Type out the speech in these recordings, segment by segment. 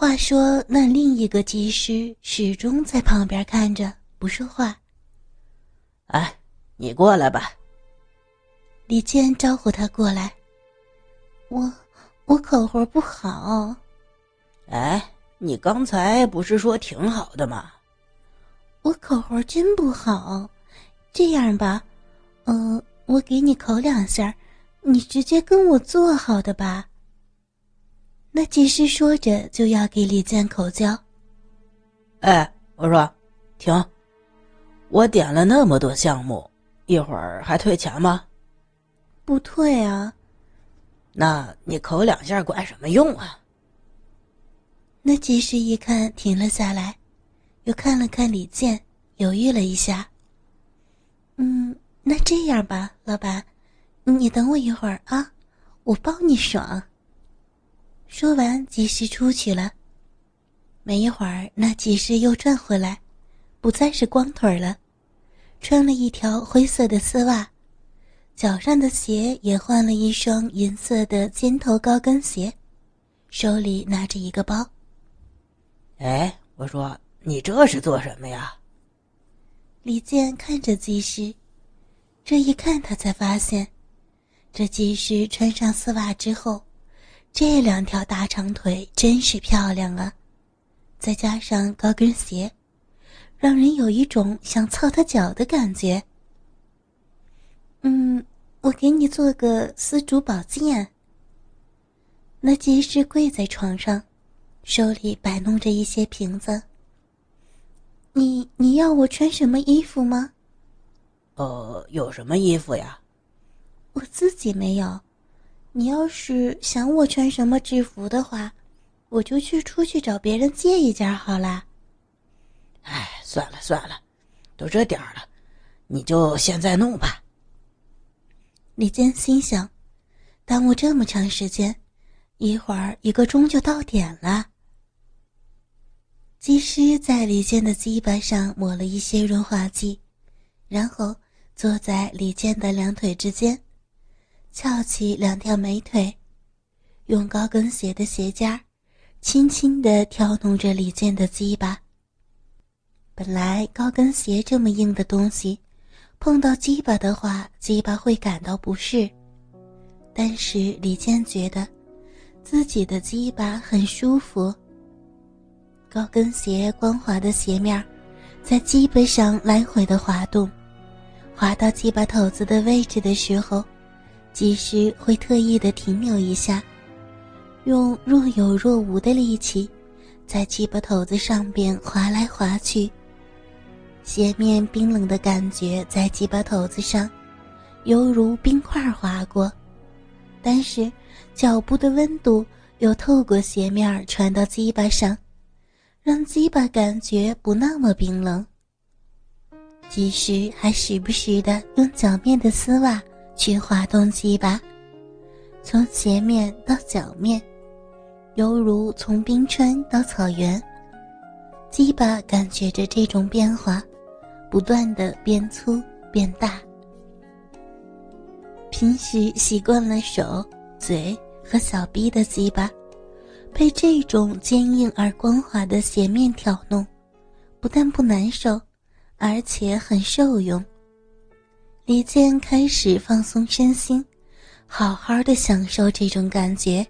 话说那另一个技师始终在旁边看着不说话。 哎，你过来吧。 李健招呼他过来。我口活不好。 哎，你刚才不是说挺好的吗？ 我口活真不好。这样吧，我给你口2下，你直接跟我做好的吧。那技师说着就要给李健口交。 哎，我说停，我点了那么多项目，一会儿还退钱吗？ 不退啊。 那你口2下管什么用啊？ 那技师一看停了下来，又看了看李健，犹豫了一下。那这样吧，老板，你等我一会儿啊，我包你爽。说完技师出去了。没一会儿，那技师又转回来，不再是光腿了，穿了一条灰色的丝袜，脚上的鞋也换了一双银色的尖头高跟鞋，手里拿着一个包。 哎，我说你这是做什么呀？ 李健看着技师，这一看他才发现，这技师穿上丝袜之后，这2条大长腿真是漂亮啊，再加上高跟鞋，让人有一种想操他脚的感觉。我给你做个丝竹宝剑。那技师跪在床上，手里摆弄着一些瓶子。你要我穿什么衣服吗？ 有什么衣服呀？ 我自己没有。你要是想我穿什么制服的话，我就出去找别人借一件好啦。 哎，算了，都这点儿了，你就现在弄吧。 李健心想，耽误这么长时间，一会儿1个钟就到点了。技师在李健的鸡巴上抹了一些润滑剂，然后坐在李健的2腿之间，翘起2条美腿，用高跟鞋的鞋尖轻轻地挑弄着李健的鸡巴。本来高跟鞋这么硬的东西，碰到鸡巴的话，鸡巴会感到不适。但是李健觉得自己的鸡巴很舒服。高跟鞋光滑的鞋面在鸡巴上来回的滑动，滑到鸡巴头子的位置的时候，技师会特意的停留一下，用若有若无的力气在鸡巴头子上边滑来滑去。鞋面冰冷的感觉在鸡巴头子上犹如冰块划过，但是脚部的温度又透过鞋面传到鸡巴上，让鸡巴感觉不那么冰冷。技师还时不时地用脚面的丝袜去滑动鸡巴，从鞋面到脚面，犹如从冰川到草原。鸡巴感觉着这种变化，不断地变粗变大。平时习惯了手、嘴和小臂的鸡巴，被这种坚硬而光滑的鞋面挑弄，不但不难受，而且很受用。李健开始放松身心，好好的享受这种感觉。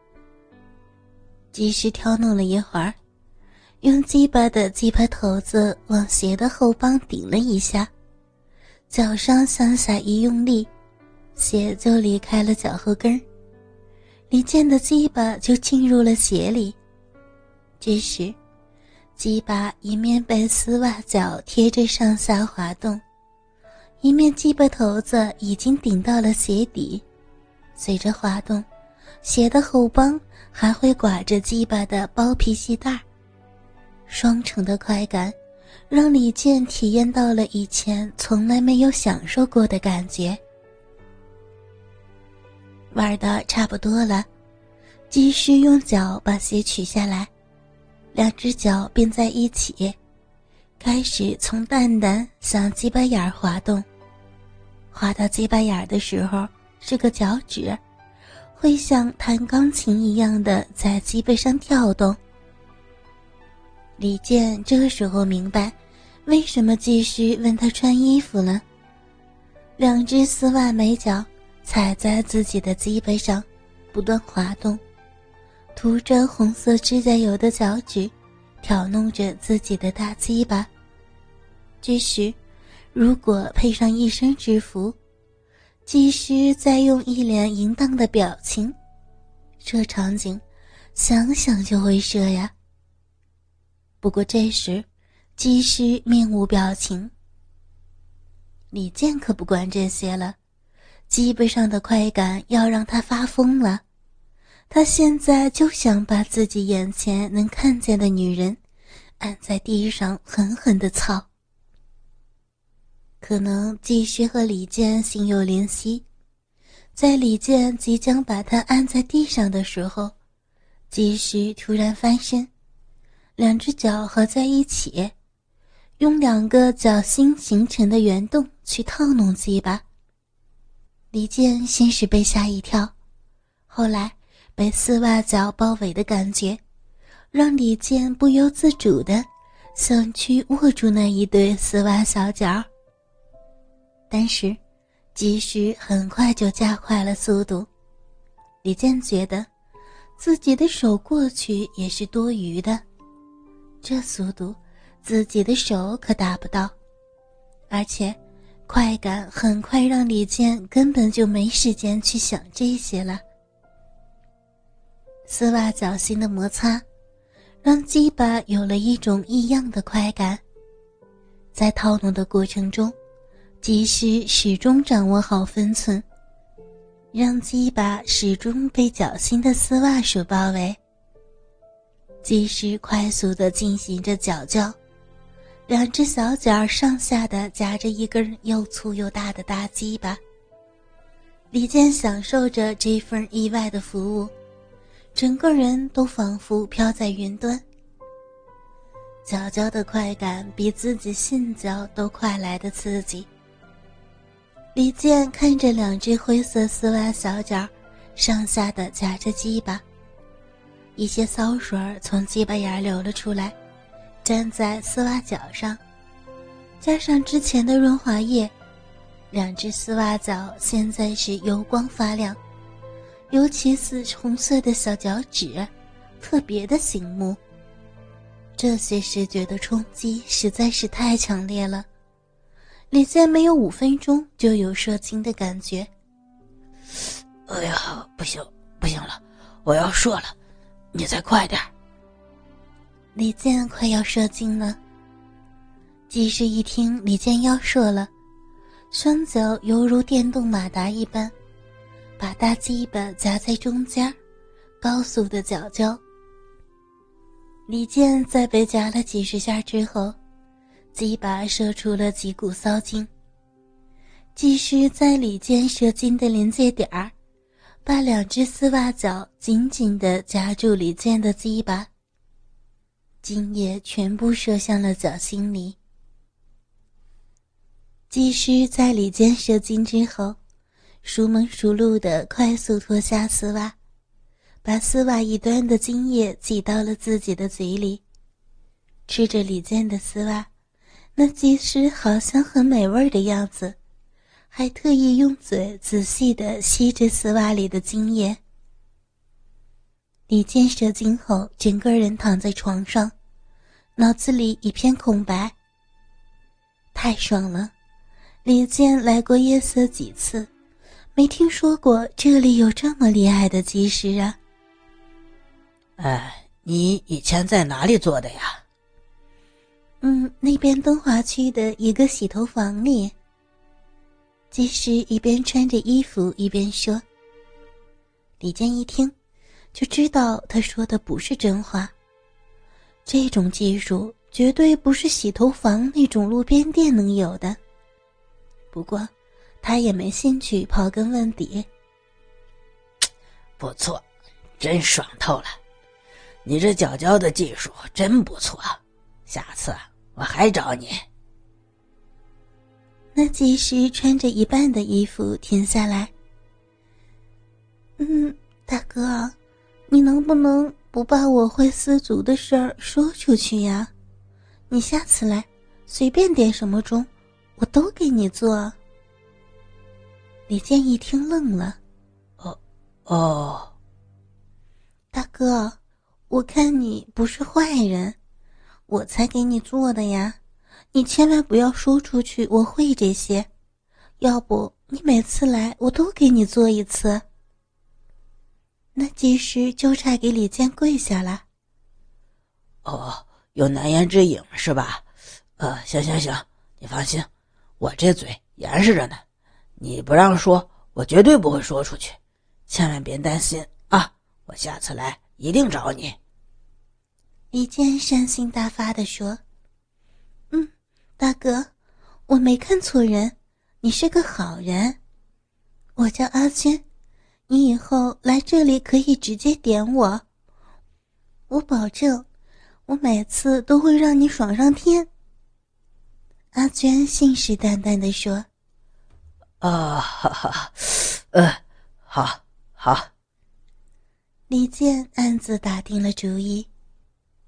技师挑弄了一会儿，用鸡巴的鸡巴头子往鞋的后帮顶了一下，脚上向下一用力，鞋就离开了脚后跟，李健的鸡巴就进入了鞋里。这时鸡巴一面被丝袜脚贴着上下滑动，一面鸡巴头子已经顶到了鞋底，随着滑动，鞋的后帮还会刮着鸡巴的包皮系带。双重的快感让李健体验到了以前从来没有享受过的感觉。玩得差不多了，技师用脚把鞋取下来，2只脚并在一起，开始从蛋蛋向鸡巴眼滑动。滑到鸡巴眼的时候是个脚趾，会像弹钢琴一样的在鸡巴上跳动。 李健这时候明白为什么技师问他穿衣服了。两只丝袜美脚踩在自己的鸡背上不断滑动，涂着红色指甲油的脚趾挑弄着自己的大鸡巴。这时如果配上一身制服，技师再用一脸淫荡的表情，这场景想想就会射呀。不过这时技师面无表情。李健可不管这些了，鸡背上的快感要让他发疯了。他现在就想把自己眼前能看见的女人按在地上狠狠地操。可能技师和李健心有灵犀，在李健即将把他按在地上的时候，技师突然翻身，两只脚合在一起，用两个脚心形成的圆洞去套弄鸡巴。李健先是被吓一跳，后来被丝袜脚包围的感觉让李健不由自主地想去握住那一对丝袜小脚。但是技师很快就加快了速度，李健觉得自己的手过去也是多余的，这速度自己的手可达不到，而且快感很快让李健根本就没时间去想这些了。丝袜脚心的摩擦让鸡巴有了一种异样的快感，在套弄的过程中，技师始终掌握好分寸，让鸡巴始终被脚心的丝袜所包围。技师快速地进行着脚交，两只小脚上下的夹着一根又粗又大的大鸡巴。李健享受着这份意外的服务，整个人都仿佛飘在云端。脚交的快感比自己性交都快来的刺激。李健看着两只灰色丝袜小脚上下的夹着鸡巴，一些骚水从鸡巴眼流了出来，粘在丝袜脚上，加上之前的润滑液，两只丝袜脚现在是油光发亮，尤其是红色的小脚趾特别的醒目。这些视觉的冲击实在是太强烈了，李健没有5分钟就有射精的感觉。 哎呀，不行了，我要射了，你再快点。 李健快要射精了。技师一听李健要射了，双脚犹如电动马达一般，把大鸡巴夹在中间，高速的脚交。李健在被夹了几十下之后，鸡巴射出了几股骚精。技师在李健射精的临界点儿，把两只丝袜脚紧紧地夹住李健的鸡巴，精液全部射向了脚心里。技师在李健射精之后，熟门熟路地快速脱下丝袜，把丝袜一端的精液挤到了自己的嘴里。吃着李健的丝袜，那技师好像很美味的样子，还特意用嘴仔细地吸着丝袜里的精液。李健射精后整个人躺在床上，脑子里一片空白。太爽了，李健来过夜色几次，没听说过这里有这么厉害的技师啊。 哎，你以前在哪里做的呀？ 那边东华区的一个洗头房里。技师一边穿着衣服一边说。李健一听就知道他说的不是真话，这种技术绝对不是洗头房那种路边店能有的。不过他也没兴趣刨根问底。 不错，真爽透了，你这脚交的技术真不错，下次我还找你。 那技师穿着一半的衣服停下来。大哥，你能不能不把我会丝竹的事儿说出去呀？你下次来，随便点什么钟，我都给你做。李健一听愣了。 哦， 大哥，我看你不是坏人，我才给你做的呀，你千万不要说出去我会这些，要不你每次来我都给你做一次。那技师就差给李健跪下了。 哦，有难言之隐是吧？行，你放心，我这嘴严实着呢，你不让说，我绝对不会说出去，千万别担心啊！我下次来一定找你。 李健善心大发地说：“大哥，我没看错人，你是个好人。我叫阿娟，你以后来这里可以直接点我，我保证，我每次都会让你爽上天。”阿娟信誓旦旦地说：“ 好。” 李健暗自打定了主意，